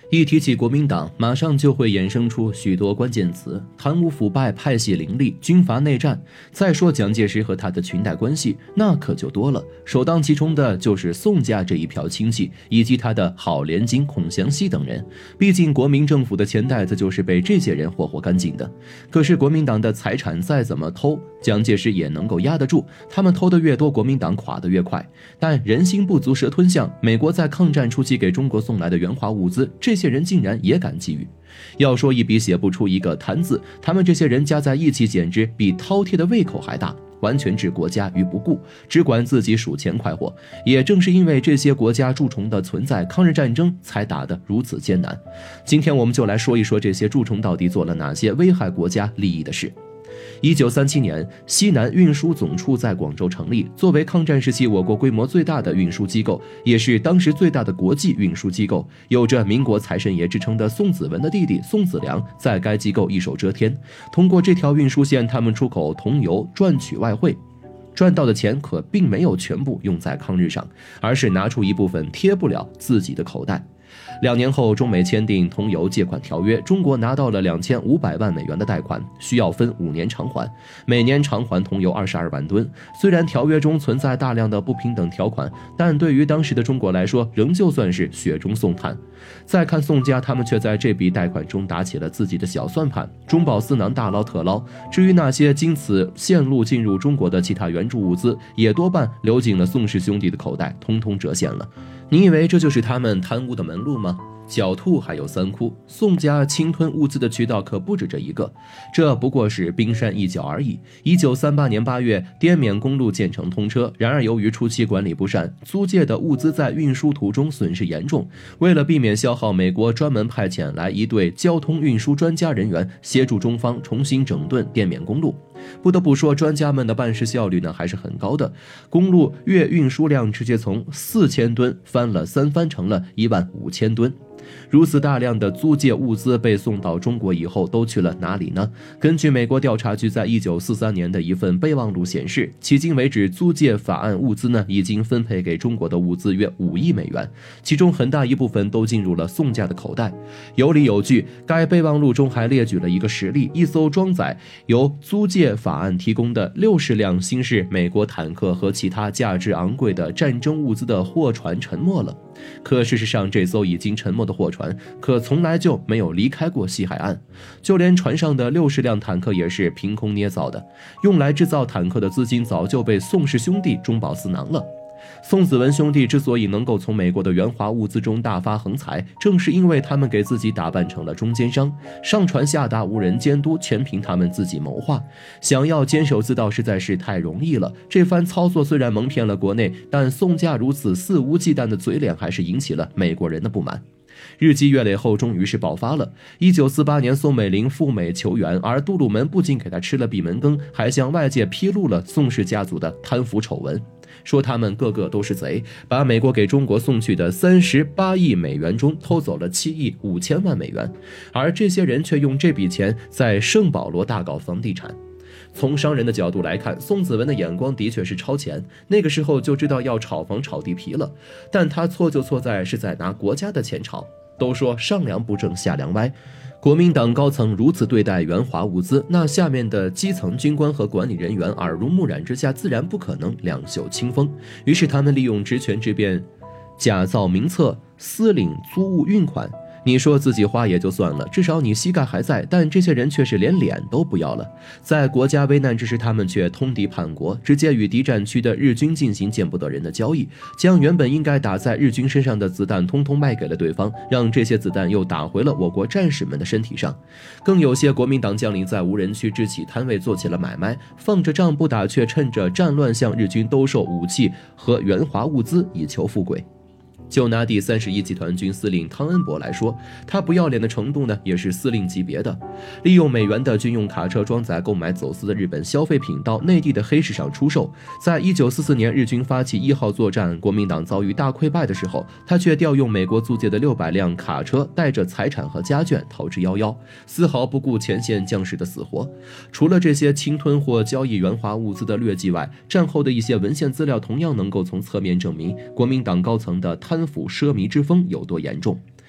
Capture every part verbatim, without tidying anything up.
一提起国民党，马上就会衍生出许多关键词：贪污腐败、派系林立、军阀内战。再说蒋介石和他的裙带关系，那可就多了。首当其冲的就是宋家这一票亲戚，以及他的郝连金、孔祥熙等人。毕竟国民政府的钱袋子就是被这些人霍霍干净的。可是国民党的财产再怎么偷，蒋介石也能够压得住。他们偷得越多，国民党垮得越快。但人心不足蛇吞象，美国在抗战初期给中国送来的援华物资，这些人竟然也敢觊觎。要说一笔写不出一个贪字，他们这些人加在一起简直比饕餮的胃口还大，完全置国家于不顾，只管自己数钱快活。也正是因为这些国家蛀虫的存在，抗日战争才打得如此艰难。今天我们就来说一说这些蛀虫到底做了哪些危害国家利益的事。一九三七年，西南运输总处在广州成立，作为抗战时期我国规模最大的运输机构，也是当时最大的国际运输机构。有着民国财神爷之称的宋子文的弟弟宋子良在该机构一手遮天，通过这条运输线，他们出口桐油赚取外汇。赚到的钱可并没有全部用在抗日上，而是拿出一部分贴不了自己的口袋。两年后，中美签订桐油借款条约，中国拿到了两千五百万美元的贷款，需要分五年偿还，每年偿还桐油二十二万吨。虽然条约中存在大量的不平等条款，但对于当时的中国来说，仍旧算是雪中送炭。再看宋家，他们却在这笔贷款中打起了自己的小算盘，中饱私囊，大捞特捞。至于那些经此线路进入中国的其他援助物资，也多半流进了宋氏兄弟的口袋，通通折现了。你以为这就是他们贪污的门路吗？狡兔还有三窟，宋家侵吞物资的渠道可不止这一个，这不过是冰山一角而已。一九三八年八月，滇缅公路建成通车，然而由于初期管理不善，租借的物资在运输途中损失严重。为了避免消耗，美国专门派遣来一队交通运输专家人员，协助中方重新整顿滇缅公路。不得不说，专家们的办事效率呢还是很高的，公路月运输量直接从四千吨翻了三番，成了一万五千吨。如此大量的租借物资被送到中国以后，都去了哪里呢？根据美国调查局在一九四三年的一份备忘录显示，迄今为止租借法案物资呢，已经分配给中国的物资约五亿美元，其中很大一部分都进入了宋家的口袋。有理有据，该备忘录中还列举了一个实例：一艘装载由租借法案提供的六十辆新式美国坦克和其他价值昂贵的战争物资的货船沉没了。可事实上，这艘已经沉没的货船可从来就没有离开过西海岸，就连船上的六十辆坦克也是凭空捏造的，用来制造坦克的资金早就被宋氏兄弟中饱私囊了。宋子文兄弟之所以能够从美国的援华物资中大发横财，正是因为他们给自己打扮成了中间商，上传下达无人监督，全凭他们自己谋划。想要坚守自盗实在是太容易了，这番操作虽然蒙骗了国内，但宋家如此肆无忌惮的嘴脸还是引起了美国人的不满。日积月累后，终于是爆发了。一九四八年，宋美龄赴美求援，而杜鲁门不仅给他吃了闭门羹，还向外界披露了宋氏家族的贪腐丑闻，说他们个个都是贼，把美国给中国送去的三十八亿美元中偷走了七亿五千万美元，而这些人却用这笔钱在圣保罗大搞房地产。从商人的角度来看，宋子文的眼光的确是超前，那个时候就知道要炒房炒地皮了，但他错就错在是在拿国家的钱炒。都说上梁不正下梁歪，国民党高层如此对待援华物资，那下面的基层军官和管理人员耳濡目染之下，自然不可能两袖清风。于是他们利用职权之便，假造名册，私领租物运款。你说自己花也就算了，至少你膝盖还在，但这些人却是连脸都不要了。在国家危难之时，他们却通敌叛国，直接与敌占区的日军进行见不得人的交易，将原本应该打在日军身上的子弹通通卖给了对方，让这些子弹又打回了我国战士们的身体上。更有些国民党将领在无人区支起摊位做起了买卖，放着仗不打，却趁着战乱向日军兜售武器和援华物资以求富贵。就拿第三十一集团军司令汤恩伯来说，他不要脸的程度呢，也是司令级别的。利用美元的军用卡车装载购买走私的日本消费品到内地的黑市上出售。在一九四四年日军发起一号作战，国民党遭遇大溃败的时候，他却调用美国租借的六百辆卡车，带着财产和家眷逃之夭夭，丝毫不顾前线将士的死活。除了这些侵吞或交易援华物资的劣迹外，战后的一些文献资料同样能够从侧面证明国民党高层的贪腐奢靡之风有多严重。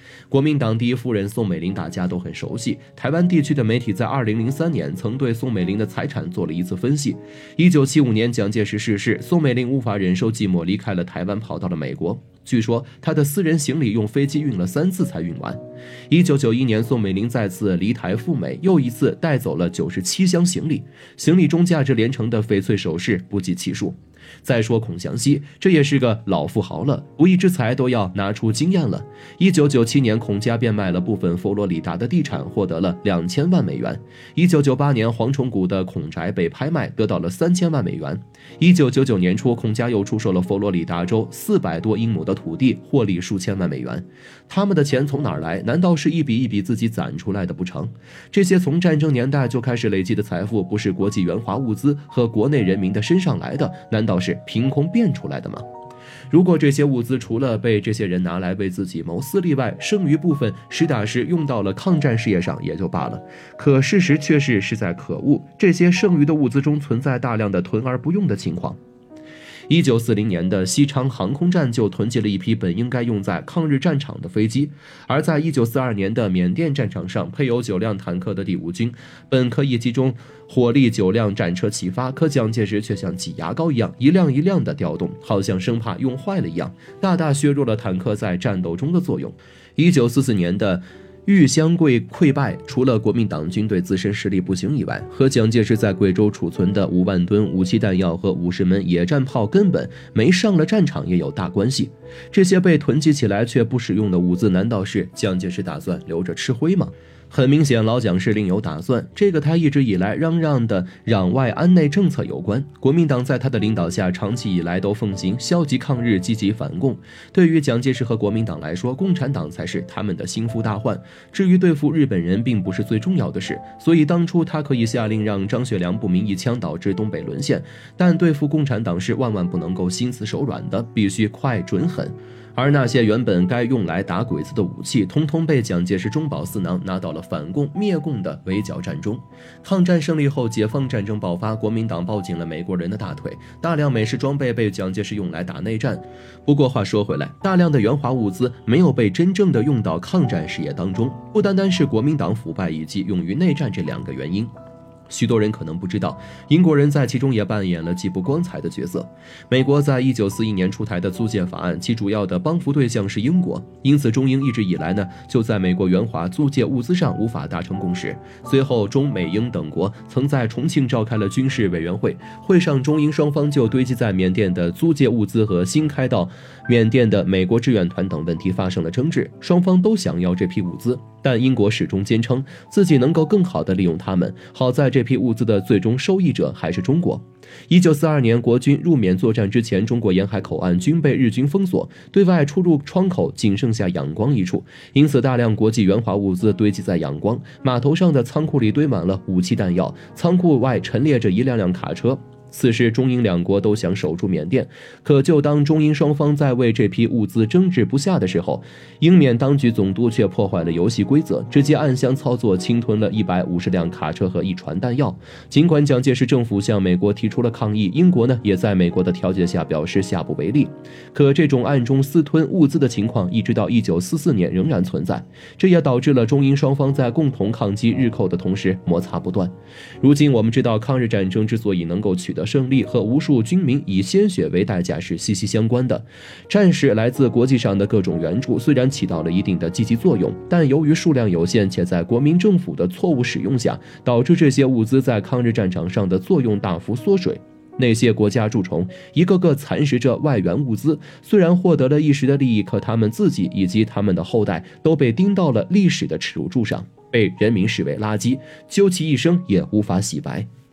国民党第一夫人宋美龄大家都很熟悉，台湾地区的媒体在二零零三年曾对宋美龄的财产做了一次分析。一九七五年蒋介石逝世，宋美龄无法忍受寂寞，离开了台湾，跑到了美国。据说她的私人行李用飞机运了三次才运完。一九九一年，宋美龄再次离台赴美，又一次带走了九十七箱行李，行李中价值连城的翡翠首饰不计其数。再说孔祥熙，这也是个老富豪了，不义之财都要拿出经验了。一九九七年，孔家变卖了部分佛罗里达的地产，获得了两千万美元。一九九八年，蝗虫谷的孔宅被拍卖，得到了三千万美元。一九九九年初，孔家又出售了佛罗里达州四百多英亩的土地，获利数千万美元。他们的钱从哪儿来？难道是一笔一笔自己攒出来的不成？这些从战争年代就开始累积的财富，不是国际援华物资和国内人民的身上来的，难道是凭空变出来的吗？如果这些物资除了被这些人拿来为自己谋私利外，剩余部分实打实用到了抗战事业上也就罢了。可事实却是实在可恶，这些剩余的物资中存在大量的囤而不用的情况。一九四零年的西昌航空站就囤积了一批本应该用在抗日战场的飞机，而在一九四二年的缅甸战场上，配有九辆坦克的第五军本可以集中火力九辆战车齐发，可蒋介石却像挤牙膏一样一辆一辆的调动，好像生怕用坏了一样，大大削弱了坦克在战斗中的作用。一九四四年的豫湘桂溃败，除了国民党军队自身实力不行以外，和蒋介石在贵州储存的五万吨武器弹药和五十门野战炮根本没上了战场也有大关系。这些被囤积起来却不使用的物资，难道是蒋介石打算留着吃灰吗？很明显，老蒋是另有打算，这个他一直以来嚷嚷的攘外安内政策有关。国民党在他的领导下，长期以来都奉行消极抗日、积极反共。对于蒋介石和国民党来说，共产党才是他们的心腹大患。至于对付日本人，并不是最重要的事。所以当初他可以下令让张学良不明一枪导致东北沦陷，但对付共产党是万万不能够心慈手软的，必须快准狠。而那些原本该用来打鬼子的武器，通通被蒋介石中饱私囊，拿到了反共灭共的围剿战中。抗战胜利后，解放战争爆发，国民党抱紧了美国人的大腿，大量美式装备被蒋介石用来打内战。不过话说回来，大量的援华物资没有被真正的用到抗战事业当中，不单单是国民党腐败以及用于内战这两个原因。许多人可能不知道，英国人在其中也扮演了极不光彩的角色。美国在一九四一年出台的租借法案，其主要的帮扶对象是英国，因此中英一直以来呢，就在美国援华租借物资上无法达成共识。随后，中美英等国曾在重庆召开了军事委员会，会上中英双方就堆积在缅甸的租借物资和新开到缅甸的美国志愿团等问题发生了争执，双方都想要这批物资。但英国始终坚称自己能够更好地利用它们，好在这批物资的最终受益者还是中国。一九四二年国军入缅作战之前，中国沿海口岸均被日军封锁，对外出入窗口仅剩下仰光一处，因此大量国际援华物资堆积在仰光码头上的仓库里，堆满了武器弹药，仓库外陈列着一辆辆卡车。此时中英两国都想守住缅甸，可就当中英双方在为这批物资争执不下的时候，英缅当局总督却破坏了游戏规则，直接暗箱操作侵吞了一百五十辆卡车和一船弹药。尽管蒋介石政府向美国提出了抗议，英国呢也在美国的调解下表示下不为例。可这种暗中私吞物资的情况一直到一九四四年仍然存在，这也导致了中英双方在共同抗击日寇的同时摩擦不断。如今我们知道，抗日战争之所以能够取得胜利，和无数军民以鲜血为代价是息息相关的。战时来自国际上的各种援助虽然起到了一定的积极作用，但由于数量有限，且在国民政府的错误使用下，导致这些物资在抗日战场上的作用大幅缩水。那些国家蛀虫一个个蚕食着外援物资，虽然获得了一时的利益，可他们自己以及他们的后代都被钉到了历史的耻辱柱上，被人民视为垃圾，究其一生也无法洗白。